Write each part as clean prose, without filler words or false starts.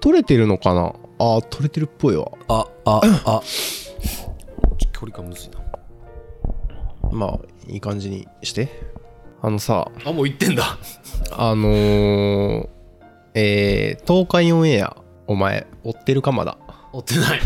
取れてるのかな。取れてるっぽいわ。 距離感むずいな。 まあいい感じにして。さあ、もう言ってんだ。 東海オンエアお前追ってるか。まだ追ってない。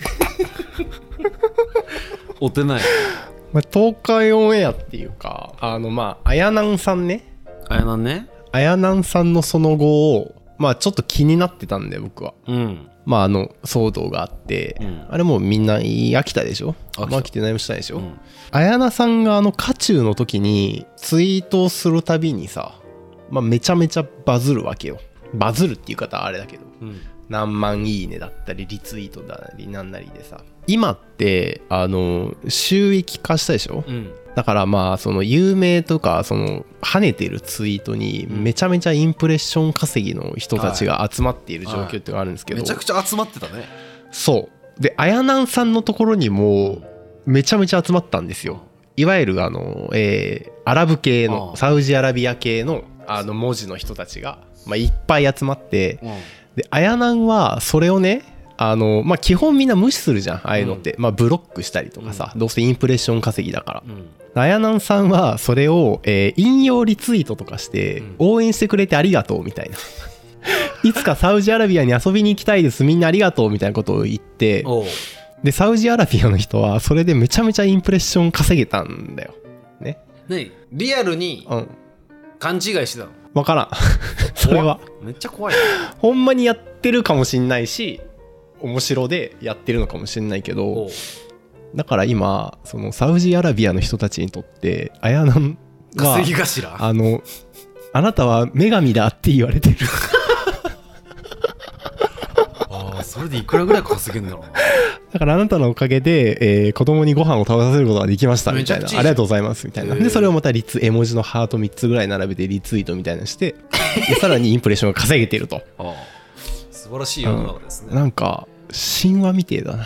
追ってない。 東海オンエアっていうか、あやなんさんね。 あやなんね。 あやなんさんのその後をちょっと気になってたんだよ僕は。 うん。 騒動があって、 うん、 あれもうみんな飽きたでしょ。飽きて何もしたいでしょ。あやなさんが渦中の時にツイートをするたびにさ、めちゃめちゃバズるわけよ。バズるっていう方はあれだけど、何万いいねだったりリツイートだりなんなりでさ、今って収益化したでしょ。だからその有名とかその跳ねてるツイートにめちゃめちゃインプレッション稼ぎの人たちが集まっている状況っていうのがあるんですけど、 めちゃくちゃ集まってたね。 そうで、あやなんさんのところにもめちゃめちゃ集まったんですよ。いわゆるアラブ系のサウジアラビア系の文字の人たちがいっぱい集まって、であやなんはそれをね、基本みんな無視するじゃん、ああいうのって、ブロックしたりとかさ、どうせインプレッション稼ぎだから、あやなんさんはそれを、引用リツイートとかして応援してくれてありがとうみたいな、いつかサウジアラビアに遊びに行きたいです、みんなありがとうみたいなことを言って、でサウジアラビアの人はそれでめちゃめちゃインプレッション稼げたんだよね。 リアルに勘違いしてたの？ 分からん。それはめっちゃ怖いね。 ほんまにやってるかもしんないし、面白でやってるのかもしれないけど、だから今そのサウジアラビアの人たちにとってあやなんは稼ぎ頭、 あなたは女神だって言われてる。 それでいくらぐらい稼げんだろうな。 だからあなたのおかげで、子供にご飯を食べさせることができましたみたいな、ありがとうございますみたいな、でそれをまた絵文字のハート3つぐらい並べてリツイートみたいなしてでさらにインプレッションが稼げてると。 素晴らしい世の中ですね。 なんか神話みてえだな。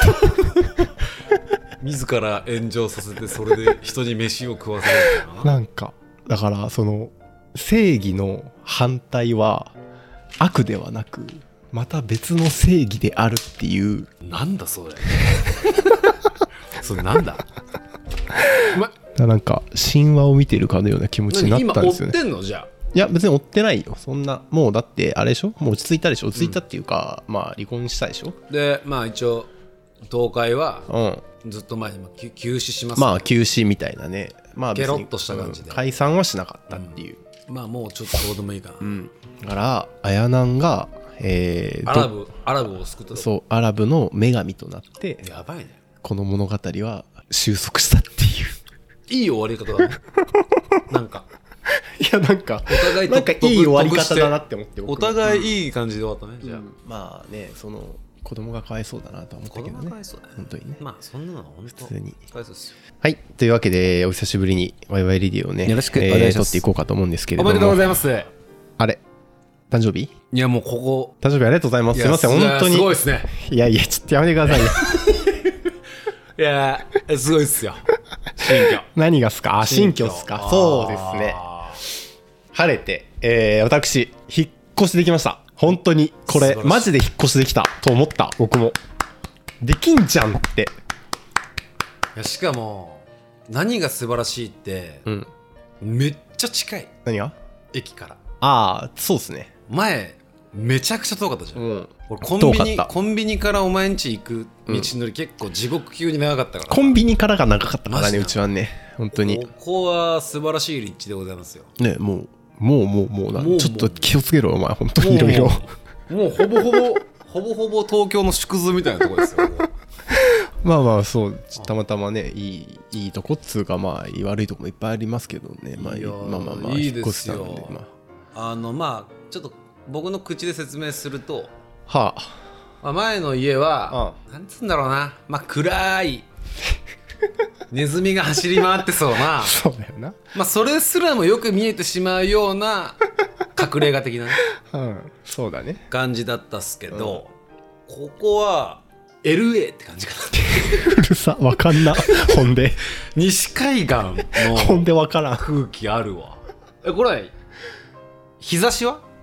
自ら炎上させてそれで人に飯を食わせるな。 なんかだからその正義の反対は悪ではなくまた別の正義であるっていう。 なんだそれ。それなんだ。 なんか神話を見てるかのような気持ちになったんですよね。 今追ってんのじゃあ。 いや別に追ってないよそんな。もうだってあれでしょ、もう落ち着いたでしょ。落ち着いたっていうか、離婚したでしょ。 で一応東海はずっと前に休止します、 ね、休止みたいなね。 ゲロッとした感じで、 解散はしなかったっていう、 もうちょっとどうでもいいかな、 だからあやなんがアラブを救った。 そう、アラブの女神となってやばいね、 この物語は収束したっていう。 いい終わり方だね。なんかいやなんかお互いなんかいい終わり方だなって思って、 お互いいい感じで終わったね、じゃあ。 その子供がかわいそうだなと思ったけどね。 子供がかわいそうだね、 本当にね。 そんなのは本当普通にかわいそうですよ。 はい、というわけでお久しぶりにワイワイレディをね、 よろしくお願いします。 撮っていこうかと思うんですけれども。 おめでとうございます。 あれ誕生日？ いやもうここ誕生日ありがとうございます。すいません本当にすごいですね。 いやちょっとやめてくださいよ。 いやすごいっすよ。新居。 何がっすか？新居っすか？そうですね。晴れて、私引っ越しできました。本当にこれマジで引っ越しできたと思った。僕もできんじゃんって。 いやしかも何が素晴らしいって、めっちゃ近い。 何が？ 駅から。 そうですね。 前めちゃくちゃ遠かったじゃん、俺コンビニからお前ん家行く道のり結構地獄級に長かったから、 コンビニからが長かったからね、うちはね。本当にここは素晴らしい立地でございますよね。もうちょっと気をつけろお前、本当にいろいろ。 もうほぼほぼ東京の縮図みたいなところですよ。 そうたまたまね、いいとこっつうか悪いとこもいっぱいありますけどね。 いいですよ。ちょっと僕の口で説明すると、前の家はなんつうんだろうな、暗いネズミが走り回ってそうなそうだよな。 それすらもよく見えてしまうような隠れ家的なね、 そうだね、 感じだったっすけど、ここは LA って感じかな。 うるさ、わかんな。ほんで西海岸のほんでわからん空気あるわ。これ日差しは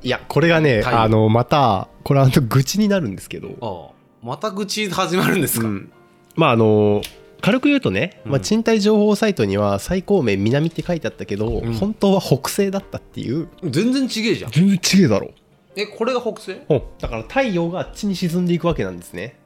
いやこれがねまたこれ愚痴になるんですけど、 また愚痴始まるんですか。 まあ軽く言うとね、賃貸情報サイトには最高面南って書いてあったけど、本当は北西だったっていう。 全然違えじゃん。 全然違えだろ。 これが北西？ だから太陽があっちに沈んでいくわけなんですね。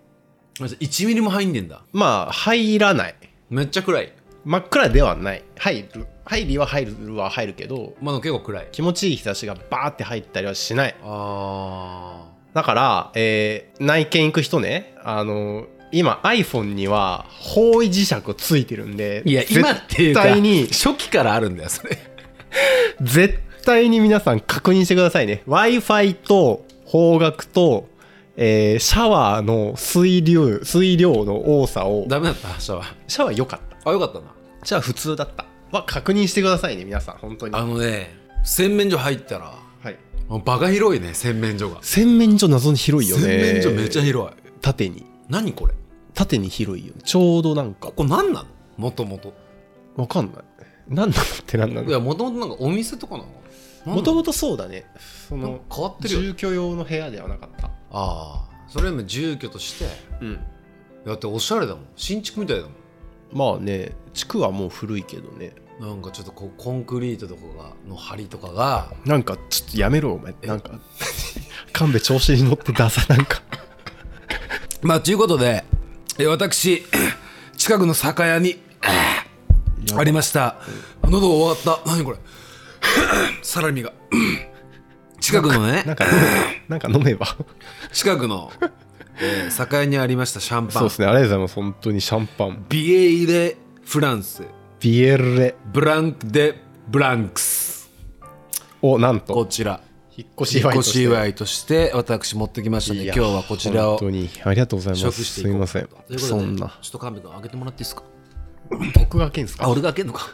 1ミリも入んでんだ。 まあ入らない。 めっちゃ暗い。 真っ暗ではない。入るけど、 結構暗い。 気持ちいい日差しがバーって入ったりはしない。だから、内見行く人ね、今 iPhone には方位磁石ついてるんで、 いや今っていうか絶対に初期からあるんだよそれ。 絶対に皆さん確認してくださいね。 Wi-Fi と方角と、シャワーの水量の多さを。 ダメだった？シャワー良かった。 良かったな。 シャワー普通だったは確認してくださいね皆さん本当に。 洗面所入ったら、はい、バカ広いね。洗面所謎に広いよね。 洗面所めっちゃ広い。 縦に。 何これ？ 縦に広いよ。ちょうどなんか。 ここ何なの？もともとわかんない。何なのって何なの？ いやもともとなんかお店とかなの？ もともとそうだね。 変わってるよ。 住居用の部屋ではなかった。 それも住居として。だっておしゃれだもん。新築みたいだもん。 まあね、地区はもう古いけどね。 なんかちょっとコンクリートとかの梁とかがなんかちょっとやめろお前。なんか神戸調子に乗ってダサなんか。 まあということで私近くの酒屋にありました。喉が終わった。何これ。サラミが近くのねなんか飲めば。 近くの、酒屋にありましたシャンパン。 そうですね、ありがとうございます。本当にシャンパン。 ビエイレフランスビエレブランクデブランクスをなんとこちら引っ越し祝いとして私持ってきましたので、今日はこちらを本当にありがとうございます。すみません。そんなちょっと神戸君開けてもらっていいですか。 僕が開けんすか。 俺が開けんのか。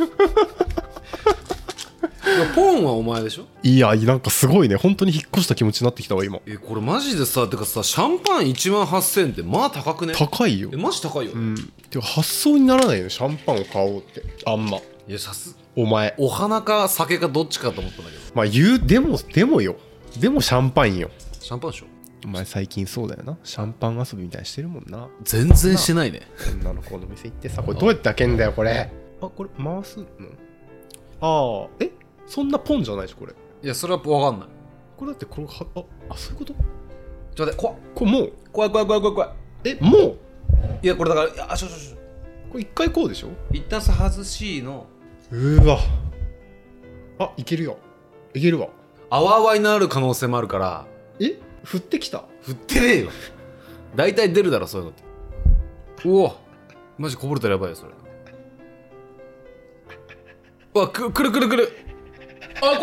ポンはお前でしょ。 いやなんかすごいね。本当に引っ越した気持ちになってきたわ今。 これマジでさ、てかさ、シャンパン18000円ってまあ高くね。 高いよ。 マジ高いよね。 てか発想にならないよね、シャンパンを買おうってあんま。いやお前お花か酒かどっちかと思ったんだけど。 まあでもよ。でもシャンパンよ。 シャンパンでしょ。 お前最近そうだよな。シャンパン遊びみたいにしてるもんな。 全然してないね。 女の子の店行ってさ、これどうやって開けんだよこれ。これ回すの。そんなポンじゃないしこれ。 いやそれは分かんない。 これだってこれそういうこと。 ちょっと待って、これもう怖い。 もういやこれだからこれ一回こうでしょ。 一旦さ外しの。 うわいけるよ。いけるわ。 あわあわになる可能性もあるから。 降ってきた。 降ってねえよ。大体出るだろそういうのって。うおマジこぼれたらやばいよそれ。うわくる怖い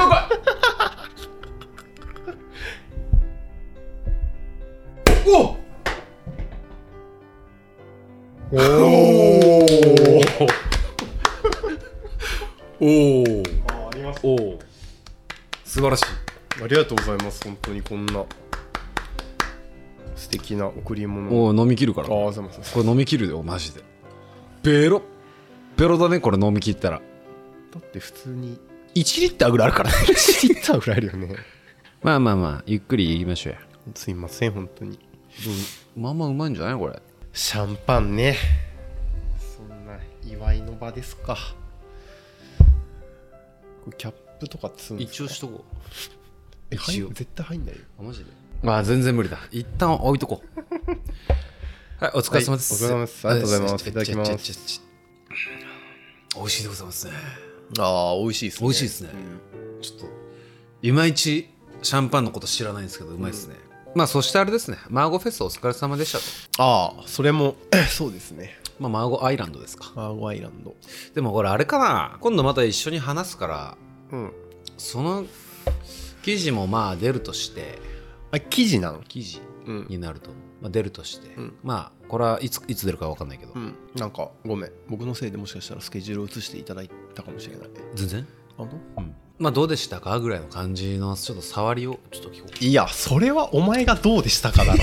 お素晴らしい。 ありがとうございます。本当にこんな素敵な贈り物。 飲み切るから。 これ飲み切るよマジで。ベロだねこれ飲み切ったら。 だって普通に1リッターぐらいあるからね。1リッターぐらいあるよね。 まあゆっくり言いましょうや。 すいません本当に。 まあうまいんじゃないこれ。 シャンパンね。そんな祝いの場ですか。これキャップとかつんですか。 一応しとこう。 絶対入んないよ。 マジで。全然無理だ。一旦置いとこう。はい、お疲れ様です。 お疲れ様です。ありがとうございます。いただきます。 美味しいでございますね。 美味しいですね。 美味しいですね。ちょっといまいちシャンパンのこと知らないんですけどうまいですね。そしてあれですね。マーゴフェスお疲れ様でしたと。 それもそうですね。 マーゴアイランドですか。 マーゴアイランド。 でもこれあれかな。今度また一緒に話すから。その記事も出るとして。 記事なの？ 記事になると、出るとして、これはいつ出るか分かんないけど、 なんかごめん、僕のせいでもしかしたらスケジュールを移していただいたかもしれない。 全然どうでしたかぐらいの感じのちょっと触りをちょっと聞こう。 いやそれはお前がどうでしたかだろ。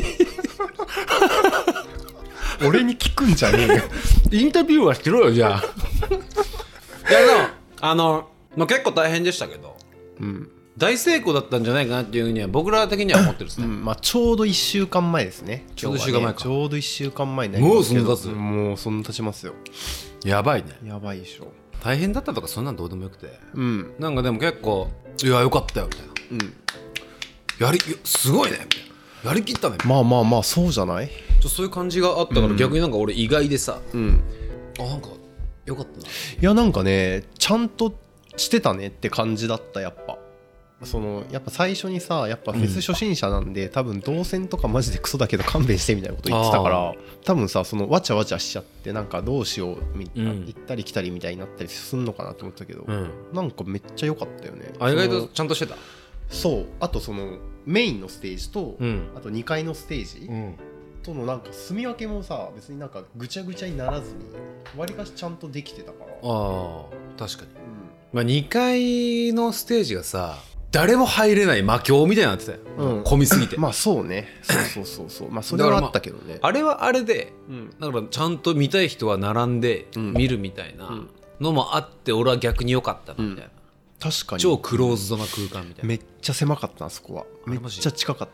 俺に聞くんじゃねえよ。 インタビューはしろよじゃあ。いやでも結構大変でしたけど、 大成功だったんじゃないかなっていうふうには僕ら的には思ってるんですね、 まあ、ちょうど1週間前ですね。 ちょうど1週間前か。 ちょうど1週間前になりますけど。 もうそんな経つ。 もうそんな経ちますよ。 やばいね。 やばいでしょ。 大変だったとかそんなんどうでもよくて、なんかでも結構いやよかったよみたいな、すごいねみたいな、やりきったね。 まあまあまあそうじゃない。 そういう感じがあったから、逆になんか俺意外でさ、なんかよかったな。いやなんかねちゃんとしてたねって感じだった。やっぱやっぱ最初にさ、やっぱフェス初心者なんで、多分動線とかマジでクソだけど勘弁してみたいなこと言ってたから、多分さわちゃわちゃしちゃってなんかどうしよう行ったり来たりみたいになったりすんのかなと思ったけど、なんかめっちゃ良かったよね。 意外とちゃんとしてた。 そう。あとメインのステージと、あと2階のステージとのなんか住み分けもさ、別になんかぐちゃぐちゃにならずにわりかしちゃんとできてたから。 確かに、まあ、2階のステージがさ誰も入れない魔境みたいになってたよ、混みすぎて。 まあそうね。そうまあそれはあったけどね。 あれはあれで、だからちゃんと見たい人は並んで見るみたいなのもあって、俺は逆に良かったなみたいな、 確かに超クローズドな空間みたいな。 めっちゃ狭かったな、そこは。めっちゃ近かった。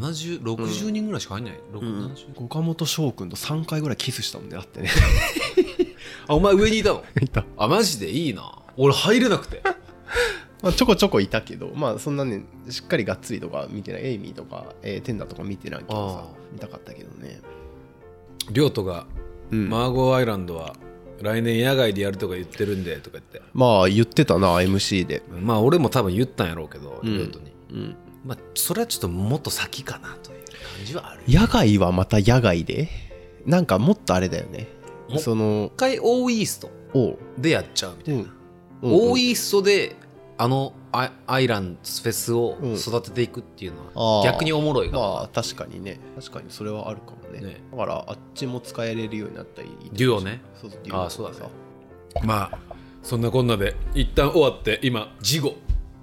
60人ぐらいしか入んない。 岡本翔くんと3回ぐらいキスしたもんね。あってねお前上にいたの？ いた。 マジでいいな。俺入れなくてまあちょこちょこいたけど、まあそんなねしっかりがっつりとか見てない。エイミーとか、テンダとか見てないけどさ、見たかったけどね。 リョウトが、マーゴーアイランドは来年野外でやるとか言ってるんでとか言って、 まあ言ってたな MC で。 まあ俺も多分言ったんやろうけど、リョウトに、まあそれはちょっともっと先かなという感じはある。 野外はまた野外でなんかもっとあれだよね。 もう一回オーイーストでやっちゃうみたいな、オーイーストでアイランドフェスを育てていくっていうのは逆におもろいかも。 まあ確かにね。確かにそれはあるかもね。だからあっちも使えれるようになったり。 デュオね。 そうデュオ。 そうだね。まあそんなこんなで一旦終わって、今事後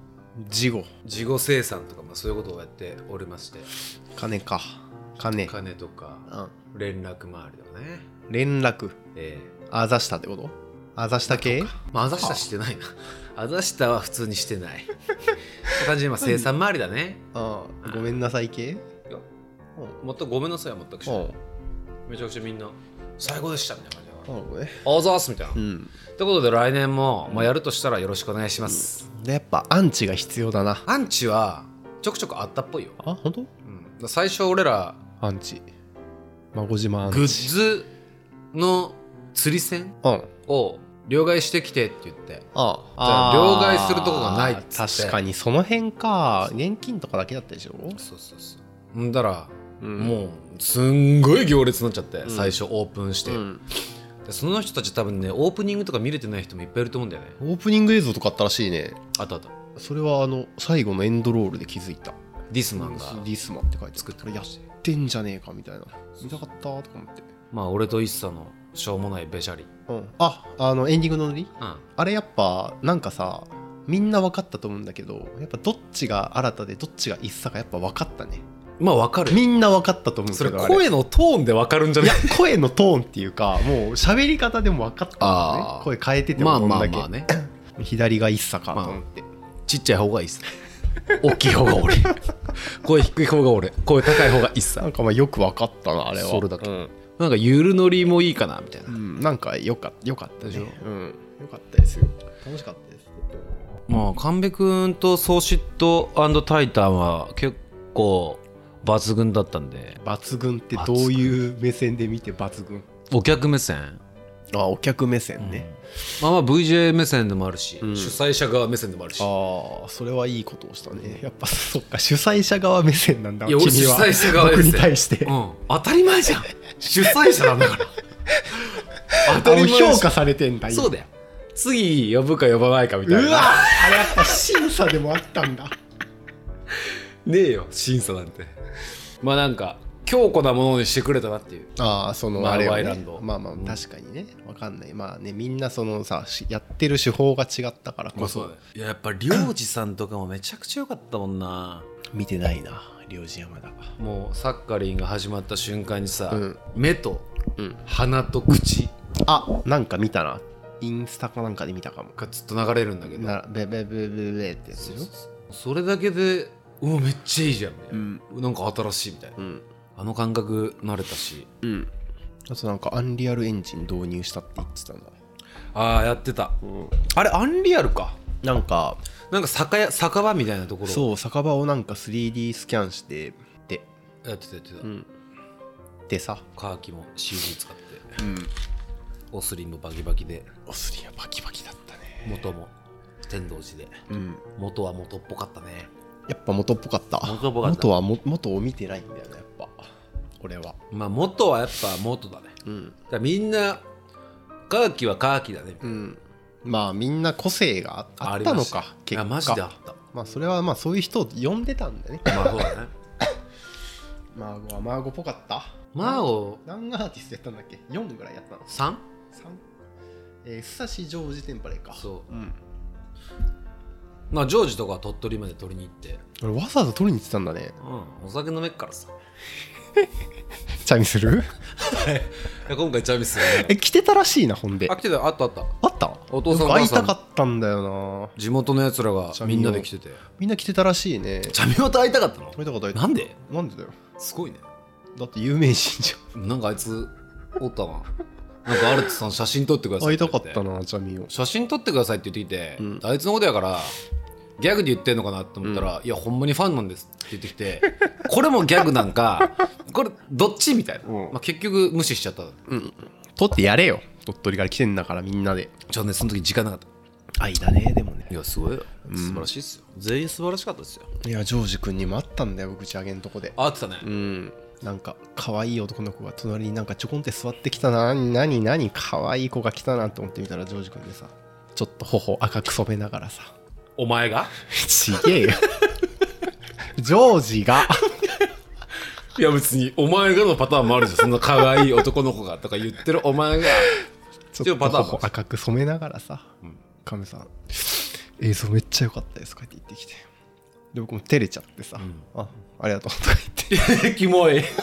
生産とか、まあそういうことをやっておりまして、金とか、連絡周りとかね。 連絡あざしたってこと？あざした系？ まああざしたしてないな。あざしたは普通にしてない感じで今生産周りだね。 ごめんなさい系？ 全くごめんなさいは全くしない。めちゃくちゃみんな最高でしたみたいな感じだから、あざーすみたいな。ってことで来年も、まあ、やるとしたらよろしくお願いします。 でやっぱアンチが必要だな。 アンチはちょくちょくあったっぽいよ。 本当？ 最初俺らアンチ孫島アンチグッズの釣り線を両替してきてって言って、じゃあ両替するとこがないっつって。 確かにその辺か。現金とかだけだったでしょ。 そうだから、もうすんごい行列になっちゃって、最初オープンして、でその人たち多分ねオープニングとか見れてない人もいっぱいいると思うんだよね。 オープニング映像とかあったらしいね。 あった。 それは最後のエンドロールで気づいた。 ディスマンがディスマンって書いて作ってやってんじゃねえかみたいな。見たかったとか思って。 まあ俺とイッサのしょうもないべしゃり、 エンディングのノリ、あれやっぱなんかさ、みんな分かったと思うんだけど、やっぱどっちが新たでどっちがイッサかやっぱ分かったね。 まあ分かる。 みんな分かったと思うけど、 それ声のトーンで分かるんじゃない？ いや声のトーンっていうか、もう喋り方でも分かったんだね。声変えててもどんだけ、ね、左がイッサかと思って、 ちっちゃい方がイッサ大きい方が俺声低い方が俺、声高い方がイッサ。 なんかまあよく分かったなあれは。 それだけ、なんかゆるのりもいいかなみたいな、 なんかよかったでしょ。よかったですよ。楽しかったです。 まあ神戸くんとソーシット&タイタンは結構抜群だったんで。 抜群ってどういう目線で見て抜群？ お客目線。 お客目線ね。 まあ VJ 目線でもあるし、主催者側目線でもあるし。 それはいいことをしたね。やっぱそっか、主催者側目線なんだ。 いや俺主催者側僕に対して、 当たり前じゃん。主催者なんだから当たり前。評価されてんだ。 そうだよ。次呼ぶか呼ばないかみたいな。 うわあれやっぱ審査でもあったんだ。 ねえよ審査なんて。まあなんか強固なものにしてくれたなっていう。 あれはね。まあ確かにね、わかんない。まあね、みんなさやってる手法が違ったからこそ。 いややっぱり領事さんとかもめちゃくちゃ良かったもんな。 見てないな領事山田。 もうサッカリンが始まった瞬間にさ、目と鼻と口、 なんか見たな。インスタかなんかで見たかも。 がずっと流れるんだけど、 ベベベベベってやつでしょ。 それだけでめっちゃいいじゃんみたいな、なんか新しいみたいな、あの感覚慣れたし、 あとなんかアンリアルエンジン導入したって言ってたんだ。 やってた、あれアンリアルか、 なんか酒場みたいなところ、 そう酒場をなんか 3D スキャンしてでやってた、 でさ、 カーキも CG 使って、オスリンもバキバキで、 オスリンはバキバキだったね。 元も天童寺で、元は元っぽかったね。 やっぱ元っぽかった。元は元を見てないんだよね、やっぱ俺は。 まあ元はやっぱ元だね。だからみんなカーキはカーキだね。 まあみんな個性があったのか、 結果。マジであった。 まあそれはまあそういう人を呼んでたんだよね。 まあそうだね。 マーゴはマーゴっぽかった。 マーゴ何アーティストやったんだっけ。4ぐらいやったの。 3？ 須佐市ジョージテンパレーか。 そう、まあジョージとかは鳥取まで取りに行って、 俺わざわざ取りに行ってたんだね。 お酒飲めっからさ。 チャミする？ 今回チャミするね。 来てたらしいな。ほんで来てた。あったお父さん会いたかったんだよな。 地元のやつらがみんなで来てて、みんな来てたらしいね。 チャミオと会いたかったの？ 会いたかった。 なんでだよ。 すごいね。 だって有名人じゃん。 なんかあいつおったな。なんかアルツさん写真撮ってくださいって会いたかったな。チャミオ写真撮ってくださいって言ってきて、あいつのことやからギャグで言ってんのかなって思ったら、いやほんまにファンなんですって言ってきて、これもギャグなんかこれどっちみたいな、まあ、結局無視しちゃった。 撮ってやれよ、鳥取から来てんだからみんなで。 その時時間なかった。 愛だね。でもね、 いやすごいよ、素晴らしいっすよ。全員素晴らしかったですよ。 いやジョージ君にもあったんだよ、口上げんとこで。 あってたね。 なんか可愛い男の子が隣になんかちょこんって座ってきたな。何可愛い子が来たなと思ってみたらジョージ君でさ、ちょっと頬赤く染めながらさ。 お前が？ ちげえよ。ジョージが。 いや別にお前がのパターンもあるじゃん。そんな可愛い男の子がとか言ってるお前がちょっと頬赤く染めながらさ、カメさん映像めっちゃ良かったですとか言ってきて、で僕も照れちゃってさ、ありがとうとか言ってキモい。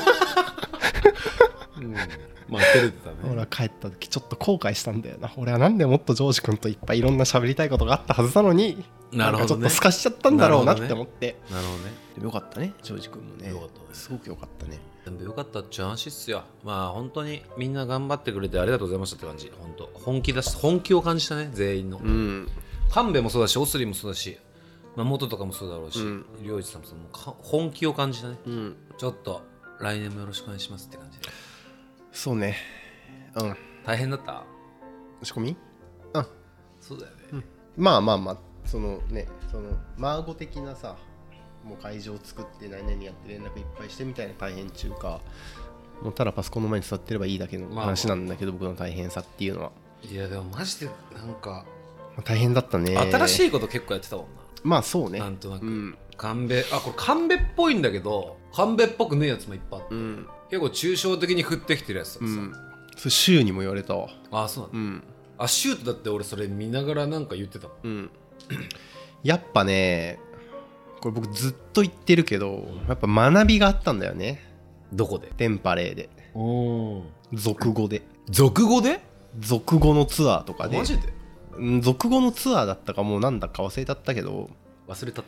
まあ照れてたね。 俺は帰った時ちょっと後悔したんだよな。俺はなんでもっとジョージ君といっぱいいろんな喋りたいことがあったはずなのに、なんかちょっとすかしちゃったんだろうなって思って。 なるほどね。 でもよかったね、ジョージ君もね。 よかったね。 すごくよかったね。 全部よかったっちゅう話っすよ。まあ本当にみんな頑張ってくれてありがとうございましたって感じ。本当本気を感じたね、全員の。神戸もそうだし、オスリーもそうだし、まあ、元とかもそうだろうし、良一さんも本気を感じたね。ちょっと来年もよろしくお願いしますって感じで。 そうね。 大変だった？ 仕込み？ そうだよね。 まあそのね、そのマーゴ的なさ、もう会場を作って何々やって連絡いっぱいしてみたいな大変中か、もうただパソコンの前に座ってればいいだけの話なんだけど、僕の大変さっていうのは。いやでもマジでなんか大変だったね。 新しいこと結構やってたもんな。 まあそうね。 なんとなく。神戸、これ神戸っぽいんだけど神戸っぽくねえやつもいっぱいあって、結構抽象的に振ってきてるやつとかさ。 それシューにも言われたわ。 そうなんだ。シュートだって俺それ見ながらなんか言ってたもん。 やっぱね、これ僕ずっと言ってるけど、やっぱ学びがあったんだよね。 どこで？ テンパレーで。俗語で。 俗語で？ 俗語のツアーとかで。 マジで？ 俗語のツアーだったかもうなんだか忘れちゃったけど。 忘れちゃった？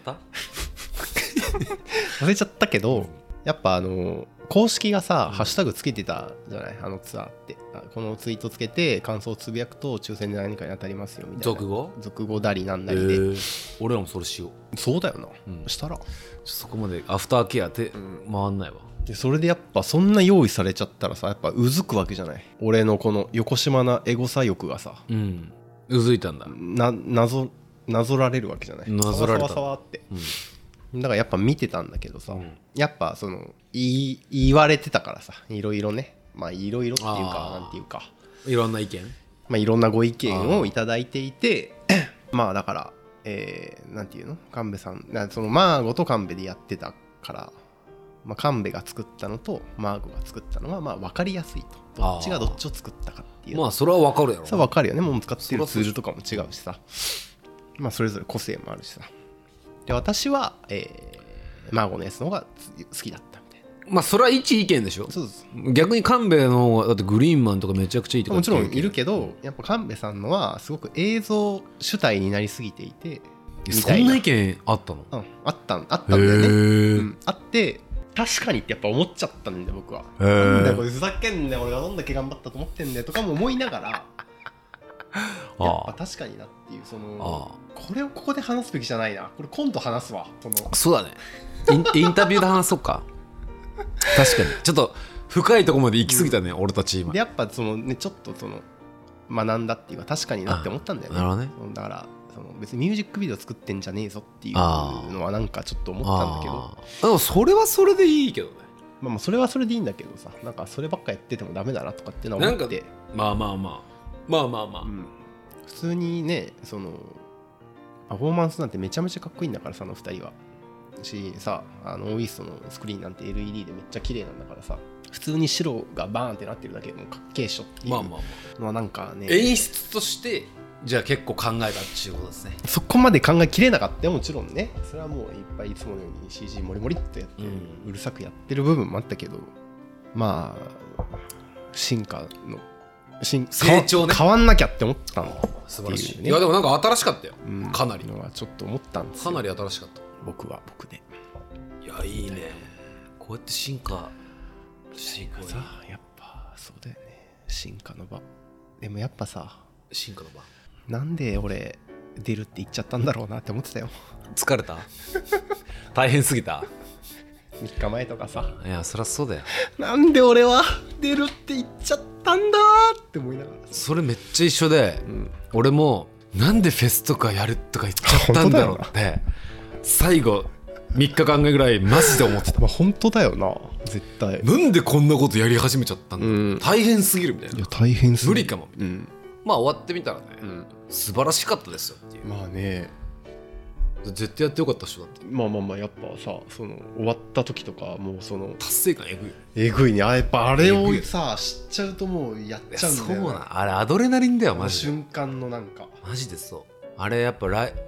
忘れちゃったけど、やっぱ公式がさ、ハッシュタグつけてたじゃない、あのツアーって。このツイートつけて感想をつぶやくと抽選で何かに当たりますよみたいな。俗語だりなんだりで、 俺らもそれしよう。 そうだよな、したらそこまでアフターケアで回んないわ。 でそれでやっぱそんな用意されちゃったらさ、やっぱうずくわけじゃない。俺のこの横島なエゴサ欲がさ、 うずいたんだ。 なぞられるわけじゃない。 なぞられた。 さわって、だからやっぱ見てたんだけどさ、やっぱその言われてたからさ、いろいろね、まあいろいろっていうかなんていうか、 いろんな意見、 まあいろんなご意見をいただいていて、まあだからなんていうの、神戸さん、そのマーゴと神戸でやってたから、まあ、神戸が作ったのとマーゴが作ったのはまあ分かりやすいと。どっちがどっちを作ったかっていう。 まあそれは分かるやろ。 それは分かるよね。もう使ってるツールとかも違うしさ、まあそれぞれ個性もあるしさ。で私は、マーゴのやつの方が好きだったみたいな。 まあそれは一意見でしょ。そうです。逆に神戸の方がだってグリーンマンとかめちゃくちゃいいとかもちろんいるけど、やっぱ神戸さんのはすごく映像主体になりすぎていて、 みたいな。 そんな意見あったの？ あったんだよね、あって確かにってやっぱ思っちゃったんだよ僕は。なんだよこれふざけんなよ俺がどんだけ頑張ったと思ってんだよとかも思いながらやっぱ確かになっていう、そのこれをここで話すべきじゃないな、これ今度話すわ。 そうだね、インタビューで話そうか。確かにちょっと深いところまで行き過ぎたね、俺たち今。 でやっぱそのねちょっとその学んだっていうか確かになって思ったんだよね。 なるほどね。 だからその別にミュージックビデオ作ってんじゃねえぞっていうのはなんかちょっと思ったんだけど、 でもそれはそれでいいけどね。 まあそれはそれでいいんだけどさ、なんかそればっかやっててもダメだなとかっていうのは思って、 まあ、 普通にねそのパフォーマンスなんてめちゃめちゃかっこいいんだからさ、あの2人はしさ、オーイーストのスクリーンなんて LED でめっちゃ綺麗なんだからさ、普通に白がバーンってなってるだけでもかっけえっしょっていうのはなんかね、 演出としてじゃあ結構考えたっていうことですね。 そこまで考えきれなかったよ、もちろんね。それはもういっぱいいつものように CG モリモリってやって、うるさくやってる部分もあったけど、まあ進化の成長ね、 変わんなきゃって思ったの。 素晴らしい、ね、いやでもなんか新しかったよ、かなりのはちょっと思ったんですよ。 かなり新しかった。 僕でいやいいね、こうやって進化さ、やっぱそうだよね、進化の場。でもやっぱさ、 進化の場なんで俺出るって言っちゃったんだろうなって思ってたよ。 疲れた大変すぎた 3日前とかさ。 いやそりゃそうだよ、 なんで俺は出るって言っちゃったんだって思いながら。 それめっちゃ一緒で、俺もなんでフェスとかやるとか言っちゃったんだろうって最後3日間ぐらいマジで思ってた。 まあ本当だよな、絶対。 なんでこんなことやり始めちゃったんだ、大変すぎるみたいな。 いや大変すぎる、 無理かも、まあ終わってみたらね、素晴らしかったですよっていう。 まあね、 絶対やってよかったっしょだって。 まあやっぱさ、その終わった時とかもうその達成感えぐいね。やっぱあれをさ知っちゃうともうやっちゃうんだよ。 そうな、あれアドレナリンだよマジで。 瞬間のなんかマジでそう。あれやっぱ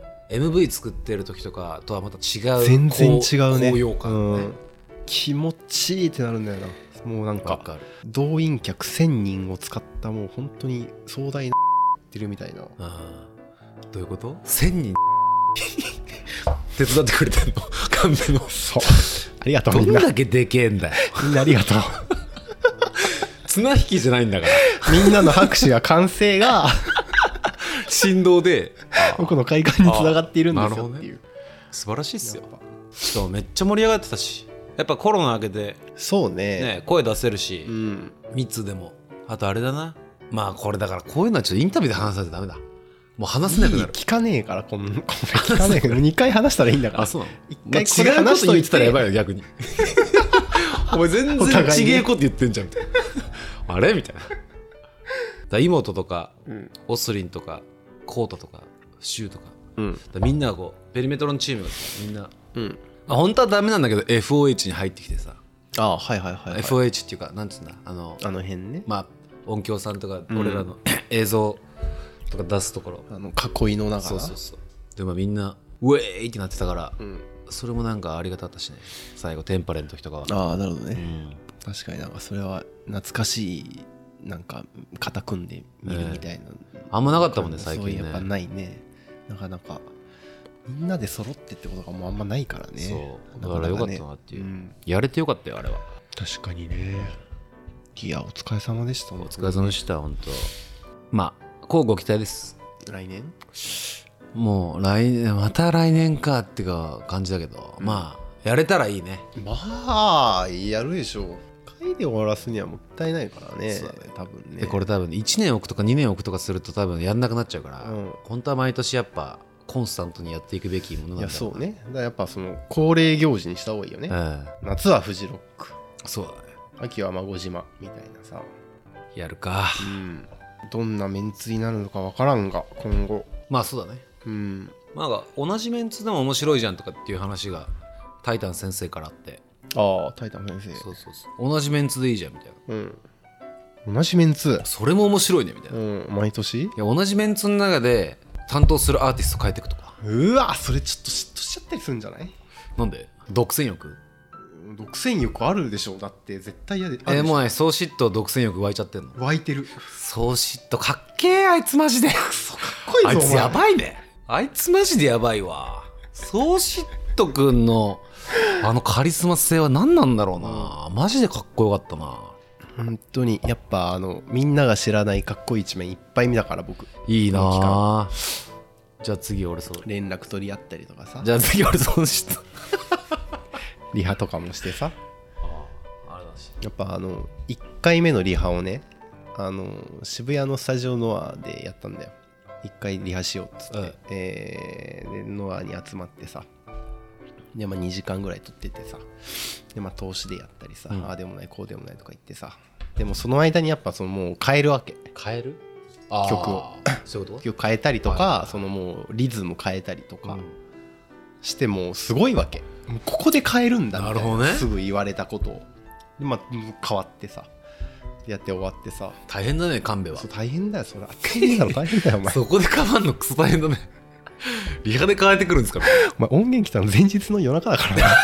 MV 作ってる時とかとはまた違う、 全然違うね、 高揚感ね、 気持ちいいってなるんだよな。もうなんか動員客1000人を使ったもう本当に壮大なってるみたいな。 どういうこと？ 1000 人手伝ってくれてんの？神戸の。 そうありがとうみんな。 どんだけでけえんだよみんなありがとう綱引きじゃないんだからみんなの拍手や歓声が振動で僕の快感につながっているんですよっていう、 素晴らしいっすよ。しかもめっちゃ盛り上がってたし、やっぱコロナ明けてそうね声出せるし、密でも。あとあれだな、まあこれだからこういうのはちょっとインタビューで話されてダメだ、もう話せなくなる。 聞かねえからこれ聞かねえから2回話したらいいんだから。 あ、そうなの。 1回違うこと言ってたらやばいよ逆にお前全然ちげえこと言ってんじゃんみたいなあれみたいな。妹とか、オスリンとかコータとかシューとか、みんながこうペリメトロのチームがみんな、本当はダメなんだけど FOH に入ってきてさ。 はい、 FOH っていうかなんつうんだ、あの辺ね、 まあ音響さんとか俺らの、映像とか出すところ、 囲いの中。 そうでもみんなウェーイってなってたから、それもなんかありがたかったしね、最後テンパレの時とかは。 なるほどね、確かになんかそれは懐かしい、なんか肩組んで見るみたいな、 あんまなかったもんね最近ね。 そうやっぱないね、なかなかみんなで揃ってってことがもうあんまないからね。 そうだからよかったなっていう、やれてよかったよあれは。 確かにね。いやお疲れ様でした。 お疲れ様でした本当。まあこうご期待です。 来年もうまた来年かってか感じだけど、まあやれたらいいね。 まあやるでしょう。回で終わらすにはもったいないからね。そうだね多分ね。 でこれ多分1年置くとか2年置くとかすると多分やんなくなっちゃうから、本当は毎年やっぱコンスタントにやっていくべきものなんだよ。いやそうね。だからやっぱその恒例行事にした方がいいよね。夏はフジロック、 そうだね、 秋は孫島みたいなさ。 やるか。 どんなメンツになるのか分からんが今後。 まあそうだね。まあ同じメンツでも面白いじゃんとかっていう話がタイタン先生からあって。 タイタン先生。 そう同じメンツでいいじゃんみたいな。同じメンツそれも面白いねみたいな。 毎年。いや同じメンツの中で担当するアーティスト変えていくとか。 うわそれちょっと嫉妬しちゃったりするんじゃない？ なんで？独占欲あるでしょ。だって絶対嫌で。 もうね、総嫉妬独占欲湧いちゃってんの。 湧いてる。 総嫉妬かっけーあいつマジで。 かっこいいぞ。 あいつやばいね。 あいつマジでやばいわ。ソーシットくんのあのカリスマ性は何なんだろうな。マジでかっこよかったな。 本当にやっぱみんなが知らないかっこいい一面いっぱい見たから僕。 いいな。じゃあ次俺そう連絡取り合ったりとかさ。 じゃあ次俺そうしたリハとかもしてさ。やっぱ1回目のリハをね渋谷のスタジオノアでやったんだよ。1回リハしようっつって、でノアに集まってさ、で2時間ぐらい撮っててさ、で投資でやったりさ、ああでもないこうでもないとか言ってさ、でもその間にやっぱもう変えるわけ。 変える曲をそういうこと？ 曲変えたりとか、もうリズム変えたりとかしてもすごいわけ。もうここで変えるんだみたいな。 なるほどね。 すぐ言われたことをで、変わってさやって終わってさ。 大変だね神戸は。 そう大変だよそれ。当たり前だろ大変だよお前。 そこで変わんのクソ大変だね。リハで変えてくるんですからお前音源来たの前日の夜中だからな。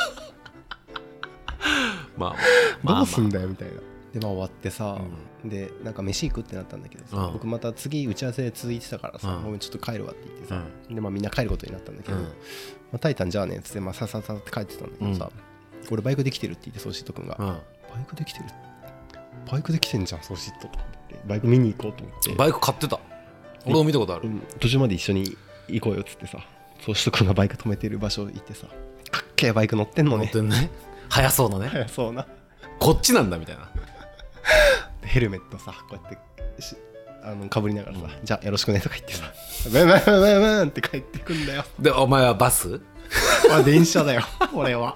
まあどうすんだよみたいな。で終わってさ、でなんか飯行くってなったんだけどさ、僕また次打ち合わせで続いてたからさ、ごめんちょっと帰るわって言ってさ、でみんな帰ることになったんだけど、タイタンじゃあねっつってさささって帰ってたんだけどさ、俺バイクできてるって言ってソーシット君が、バイクできてる、バイクできてんじゃんソーシットと思ってバイク見に行こうと思って。 バイク買ってた。俺も見たことある。 途中まで一緒に行こうよっつってさ、ソーシット君がバイク止めてる場所行ってさ、かっけえバイク乗ってんのね。 乗ってんね。速そうなね。 速そうな。 こっちなんだみたいな。 ヘルメットさこうやってかぶりながらさ、じゃあよろしくねとか言ってさ、ブンブンブンブンブンって帰ってくんだよ。 でお前はバス？ 電車だよ俺は。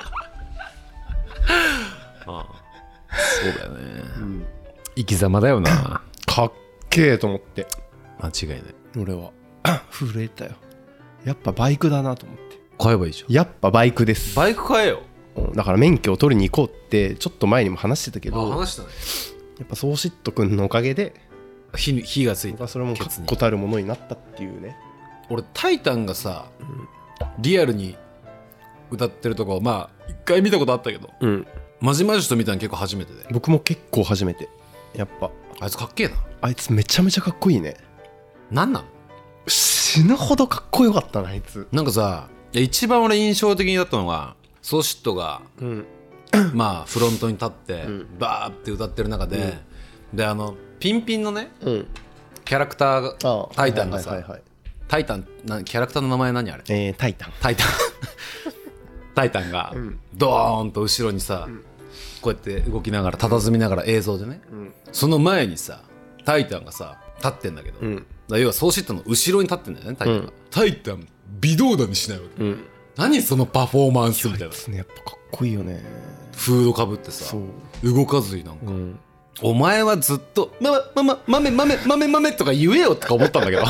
ああそうだよね、生き様だよな。 かっけえと思って。 間違いない。 俺は震えたよ。やっぱバイクだなと思って。 買えばいいじゃん。 やっぱバイクです。 バイク買えよ。 だから免許を取りに行こうってちょっと前にも話してたけど、 話したね。 やっぱソーシット君のおかげで火がついた。 僕はそれも確固たるものになったっていうね。 俺タイタンがさ、リアルに歌ってるとこまあ一回見たことあったけど、まじまじと見たの結構初めてで。 僕も結構初めて。やっぱあいつかっけえな。 あいつめちゃめちゃかっこいいね。 なんなん？ 死ぬほどかっこよかったなあいつ。 なんかさ、一番俺印象的になったのがソーシットが、まあフロントに立ってバーって歌ってる中で、でピンピンのね、キャラクターがタイタンがさ、タイタンキャラクターの名前何あれ？ タイタンタイタンがドーンと後ろにさ、こうやって動きながら佇みながら映像でね、その前にさタイタンがさ立ってんだけど、だ要はソーシットの後ろに立ってんだよねタイタンが。タイタン微動だにしないわけ、何そのパフォーマンスみたいな。 やっぱかっこいいよね。 フードかぶってさ動かずになんか、お前はずっと豆とか言えよとか思ったんだけど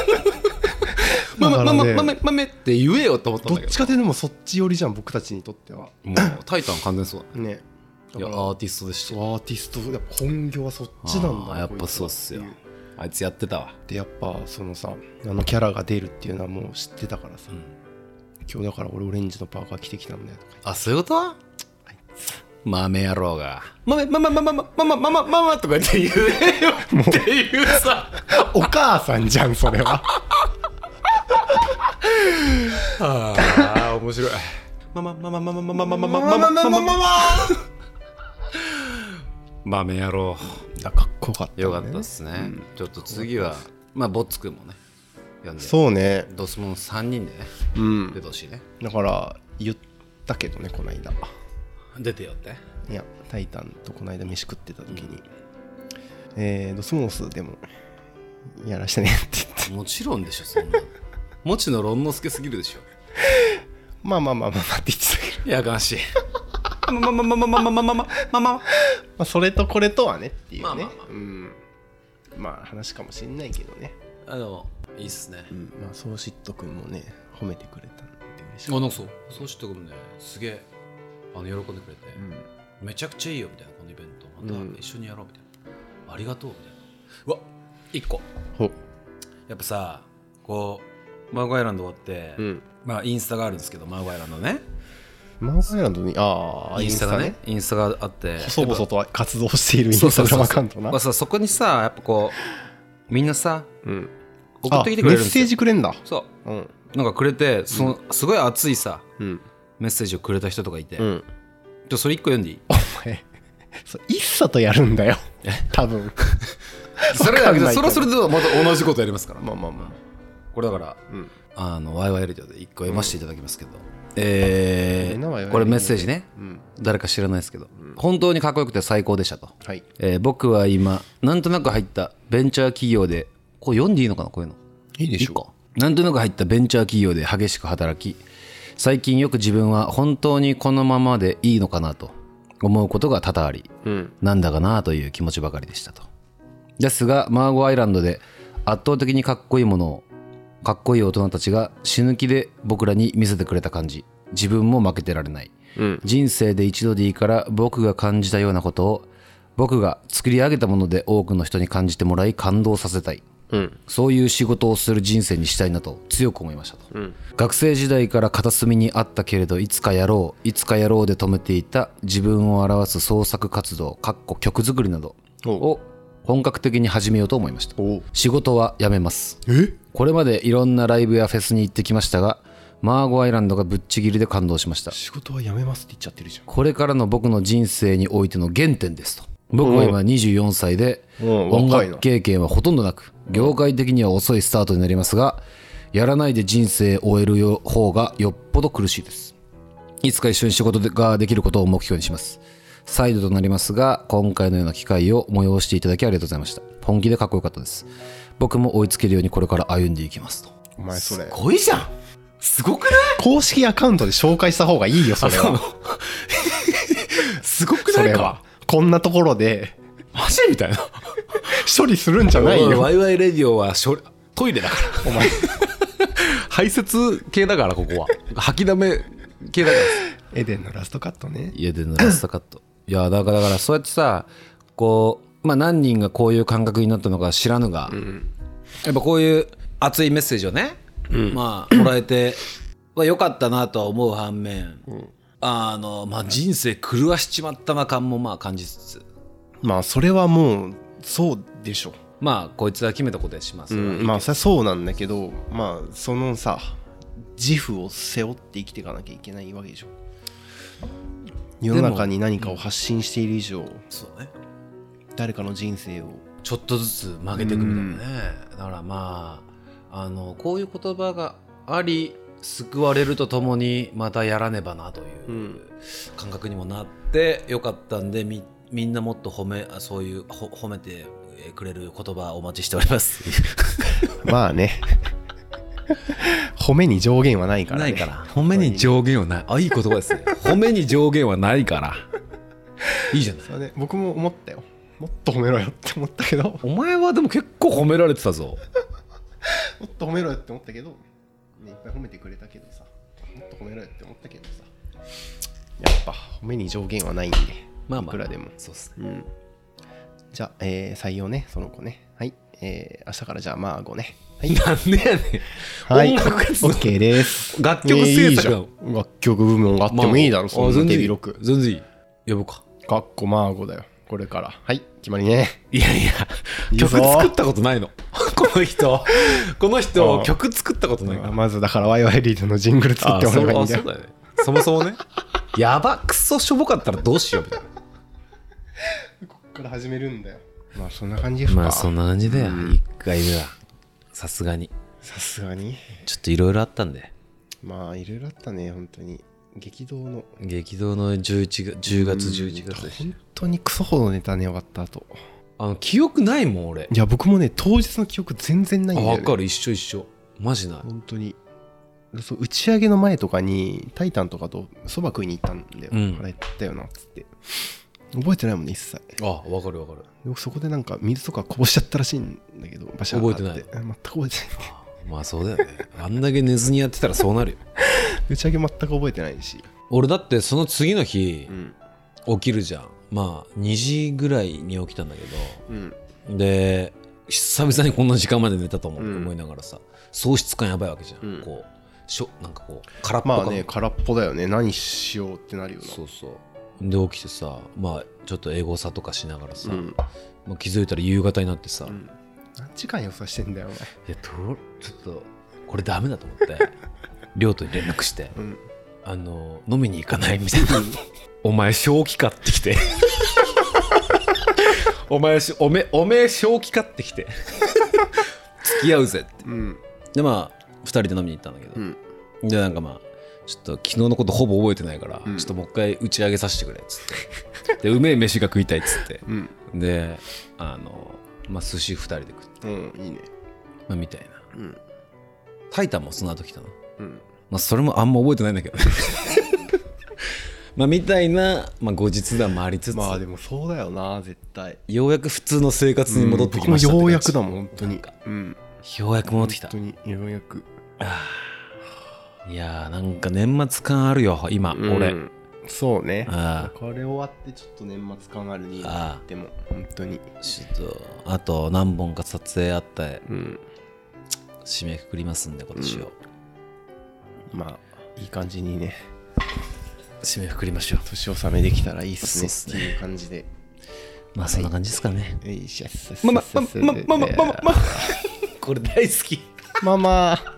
豆って言えよと思ったんだけど、 どっちかというとでもそっち寄りじゃん僕たちにとっては。 もうタイタン完全そうだね。いやアーティストでしたよ。 アーティストやっぱ本業はそっちなんだ。 やっぱそうっすよ。あいつやってたわ。 でやっぱそのさキャラが出るっていうのはもう知ってたからさ、今日だから俺オレンジのパーカー着てきたんだよとか。 あそういうこと？豆野郎が豆とか言って言えよっていうさお母さんじゃんそれは。 あ面白い。豆野郎。 かっこよかったね。 よかったっすね、ちょっと次はまあボッツくんもね呼んで、 そうね、 ドスモン3人でね、出てほしいね。 だから言ったけどねこの間出てよって。 いやタイタンとこの間飯食ってた時に、ドスモンスでもやらしてねって言って。 もちろんでしょそんなもちのロンノスケすぎるでしょ。 まあって言ってたけど、 やかましい。 それとこれとはねっていうね。まあ話かもしんないけどね。 いいっすね。 まあソーシット君もね褒めてくれたんで嬉しい。 なんかソーシット君もねすげえ喜んでくれて、めちゃくちゃいいよみたいな、このイベントまた一緒にやろうみたいな、ありがとうみたいな。うわ1個やっぱさこうマウゴアイランド終わって、まあインスタがあるんですけど、マウゴアイランドね、 マウゴアイランドにインスタがね、インスタがあって細々と活動しているインスタグラムアカウントな。 そこにさやっぱこうみんなさ、 送ってきてくれるんですよ。 メッセージくれんだ。 そう、なんかくれて、すごい熱いさ、メッセージをくれた人とかいて、それ1個読んでいい？ お前一茶とやるんだよ多分それだけどそれでまた同じことやりますから。 まあこれだから、ワイワイレディオで1個読ませていただきますけど、これメッセージね、誰か知らないですけど、本当にかっこよくて最高でしたと、僕は今なんとなく入ったベンチャー企業で、これ読んでいいのかな、こういうのいいでしょう。なんとなく入ったベンチャー企業で激しく働き、最近よく自分は本当にこのままでいいのかなと思うことが多々あり、なんだかなという気持ちばかりでしたと。ですがマーゴアイランドで圧倒的にかっこいいものをかっこいい大人たちが死ぬ気で僕らに見せてくれた感じ、自分も負けてられない、人生で一度でいいから僕が感じたようなことを僕が作り上げたもので多くの人に感じてもらい感動させたい、そういう仕事をする人生にしたいなと強く思いましたと、学生時代から片隅にあったけれどいつかやろうで止めていた自分を表す創作活動曲作りなどを本格的に始めようと思いました。仕事は辞めます。これまでいろんなライブやフェスに行ってきましたが、マーゴアイランドがぶっちぎりで感動しました。 仕事は辞めますって言っちゃってるじゃん。 これからの僕の人生においての原点ですと。僕は今24歳で音楽経験はほとんどなく、業界的には遅いスタートになりますが、やらないで人生を終える方がよっぽど苦しいです。いつか一緒に仕事ができることを目標にします。再度となりますが、今回のような機会を催していただきありがとうございました。本気でかっこよかったです。僕も追いつけるようにこれから歩んでいきますと。 お前それすごいじゃん。すごくない？ 公式アカウントで紹介した方がいいよそれはすごくないか。それはこんなところでマジみたいな処理するんじゃないよ。 ワイワイレディオはトイレだからお前排泄系だから、ここは吐きだめ系だから。 エデンのラストカットね。 エデンのラストカットいやだからそうやってさ、こう何人がこういう感覚になったのか知らぬが、やっぱこういう熱いメッセージをね、もらえてよかったなとは思う反面、人生狂わしちまったな感も感じつつ、 それはもうそうでしょ。 こいつは決めたことやします、 そりゃそうなんだけど、そのさ自負を背負って生きていかなきゃいけないわけでしょ。世の中に何かを発信している以上、 そうね、 誰かの人生をちょっとずつ曲げていくみたいなね、だからこういう言葉があり救われるとともにまたやらねばなという感覚にもなってよかったんで、みんなもっと褒めてくれる言葉をお待ちしておりますまあね褒めに上限はないからね。 ないから。褒めに上限はない。いい言葉ですね褒めに上限はないからいいじゃない。 そうね、僕も思ったよ。もっと褒めろよって思ったけど。 お前はでも結構褒められてたぞもっと褒めろよって思ったけど、ね、いっぱい褒めてくれたけどさ、もっと褒めろよって思ったけどさ、やっぱ褒めに上限はないんで、いくらでも。 そうっすね。 じゃあ、採用ね、その子ね。はい。明日からじゃあ5ね。 はい、なんでやねん。 はい、OK です。 楽曲制作の、楽曲部門があってもいいだろ、そんな手広く。 全然いい。呼ぶか。 かっこ5だよ。これから。はい、決まりね。 いや曲作ったことないの。この人曲作ったことないから。 まずだからワイワイリードのジングル作ってもらえばいいんだよ。 そうだよね。そもそもね。やばクソしょぼかったらどうしようみたいな。 こっから始めるんだよ。そんな感じですか。 そんな感じだよ。1回目は。さすがにちょっといろいろあったんで、 いろいろあったね。本当に激動の 10月11月で本当にクソほどネタね終わった後、 記憶ないもん俺。 いや僕もね当日の記憶全然ないんだよね。 分かる。一緒マジない。 本当にそう打ち上げの前とかにタイタンとかとそば食いに行ったんだよ、腹減ったよなっつって覚えてないもんね一切。 分かる僕そこでなんか水とかこぼしちゃったらしいんだけど、バシャーって覚えてない。 全く覚えてない。 そうだよね。あんだけ寝ずにやってたらそうなるよ打ち上げ全く覚えてないし。 俺だってその次の日、起きるじゃん。2時ぐらいに起きたんだけど、で久々にこんな時間まで寝たと思いながらさ、喪失感やばいわけじゃん、なんかこう空っぽ感。 空っぽだよね。何しようってなるよな。 そうで起きてさ、ちょっとエゴサとかしながらさ、気づいたら夕方になってさ、 何時間予想してんだよお前。 いやちょっとこれダメだと思って亮とに連絡して、うん、飲みに行かないみたいなお前正気買ってきておめえ正気買ってきて付き合うぜって、うん、でまあ2人で飲みに行ったんだけど、うん、でなんかまあちょっと昨日のことほぼ覚えてないから、うん、ちょっともう一回打ち上げさせてくれっつってでうめえ飯が食いたいっつって、うん、でまあ寿司2人で食って、 うん、いいね、 まあ、みたいな、うん、タイタンもその後来たの、うん、まあそれもあんま覚えてないんだけどまあみたいな、まあ、後日談もありつつ、 まあでもそうだよな絶対。 ようやく普通の生活に戻ってきました、 うん、僕もようやくだもん本当に、 うん、ようやく戻ってきた本当にようやく。 いやーなんか年末感あるよ今、うん、俺そうね。これ終わってちょっと年末感あるにでも本当にちょっとあと何本か撮影あって、うん、締めくくりますんで今年を、 うん、まあいい感じにね締めくくりましょう。 年納めできたらいいっすねっていう感じで、 まあそんな感じですかね。 まこれ大好きママ